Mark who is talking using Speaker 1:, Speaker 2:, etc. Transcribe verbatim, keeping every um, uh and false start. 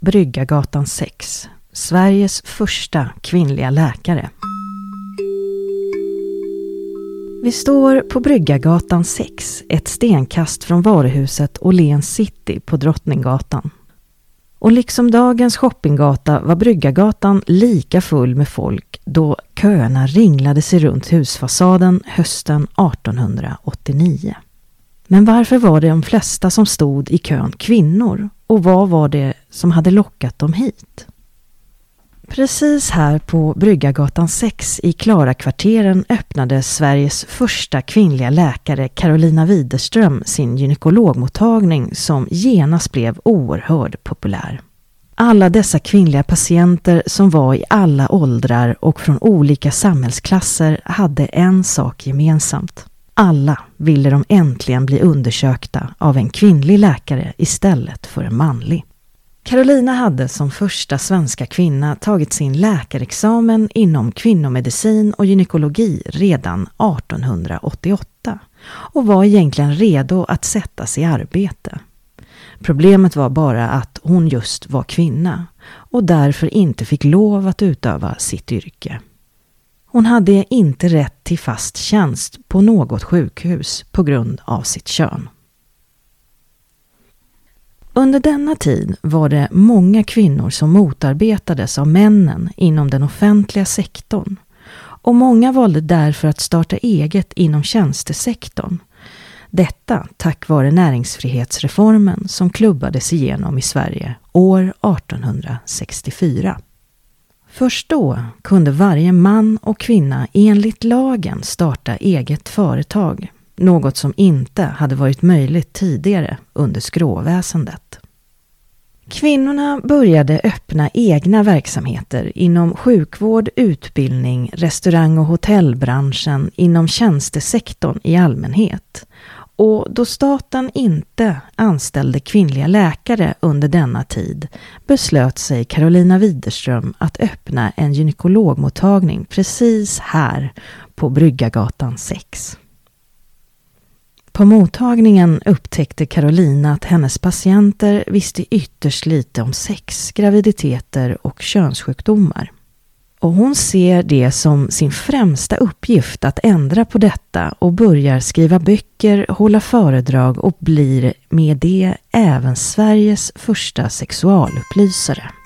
Speaker 1: Bryggargatan sex, Sveriges första kvinnliga läkare. Vi står på Bryggargatan sex, ett stenkast från varuhuset Åhléns City på Drottninggatan. Och liksom dagens shoppinggata var Bryggargatan lika full med folk då köerna ringlade sig runt husfasaden hösten artonhundraåttionio. Men varför var det de flesta som stod i kön kvinnor och vad var det som hade lockat dem hit? Precis här på Bryggargatan sex i Klarakvarteren öppnade Sveriges första kvinnliga läkare Carolina Widerström sin gynekologmottagning som genast blev oerhört populär. Alla dessa kvinnliga patienter som var i alla åldrar och från olika samhällsklasser hade en sak gemensamt. Alla ville de äntligen bli undersökta av en kvinnlig läkare istället för en manlig. Carolina hade som första svenska kvinna tagit sin läkarexamen inom kvinnomedicin och gynekologi redan artonhundraåttioåtta och var egentligen redo att sättas i arbete. Problemet var bara att hon just var kvinna och därför inte fick lov att utöva sitt yrke. Hon hade inte rätt till fast tjänst på något sjukhus på grund av sitt kön. Under denna tid var det många kvinnor som motarbetades av männen inom den offentliga sektorn och många valde därför att starta eget inom tjänstesektorn. Detta tack vare näringsfrihetsreformen som klubbades igenom i Sverige år artonhundrasextiofyra. Först då kunde varje man och kvinna enligt lagen starta eget företag, något som inte hade varit möjligt tidigare under skråväsendet. Kvinnorna började öppna egna verksamheter inom sjukvård, utbildning, restaurang- och hotellbranschen, inom tjänstesektorn i allmänhet. Och då staten inte anställde kvinnliga läkare under denna tid beslöt sig Carolina Widerström att öppna en gynekologmottagning precis här på Bryggargatan sex. På mottagningen upptäckte Carolina att hennes patienter visste ytterst lite om sex, graviditeter och könssjukdomar. Och hon ser det som sin främsta uppgift att ändra på detta och börjar skriva böcker, hålla föredrag och blir med det även Sveriges första sexualupplysare.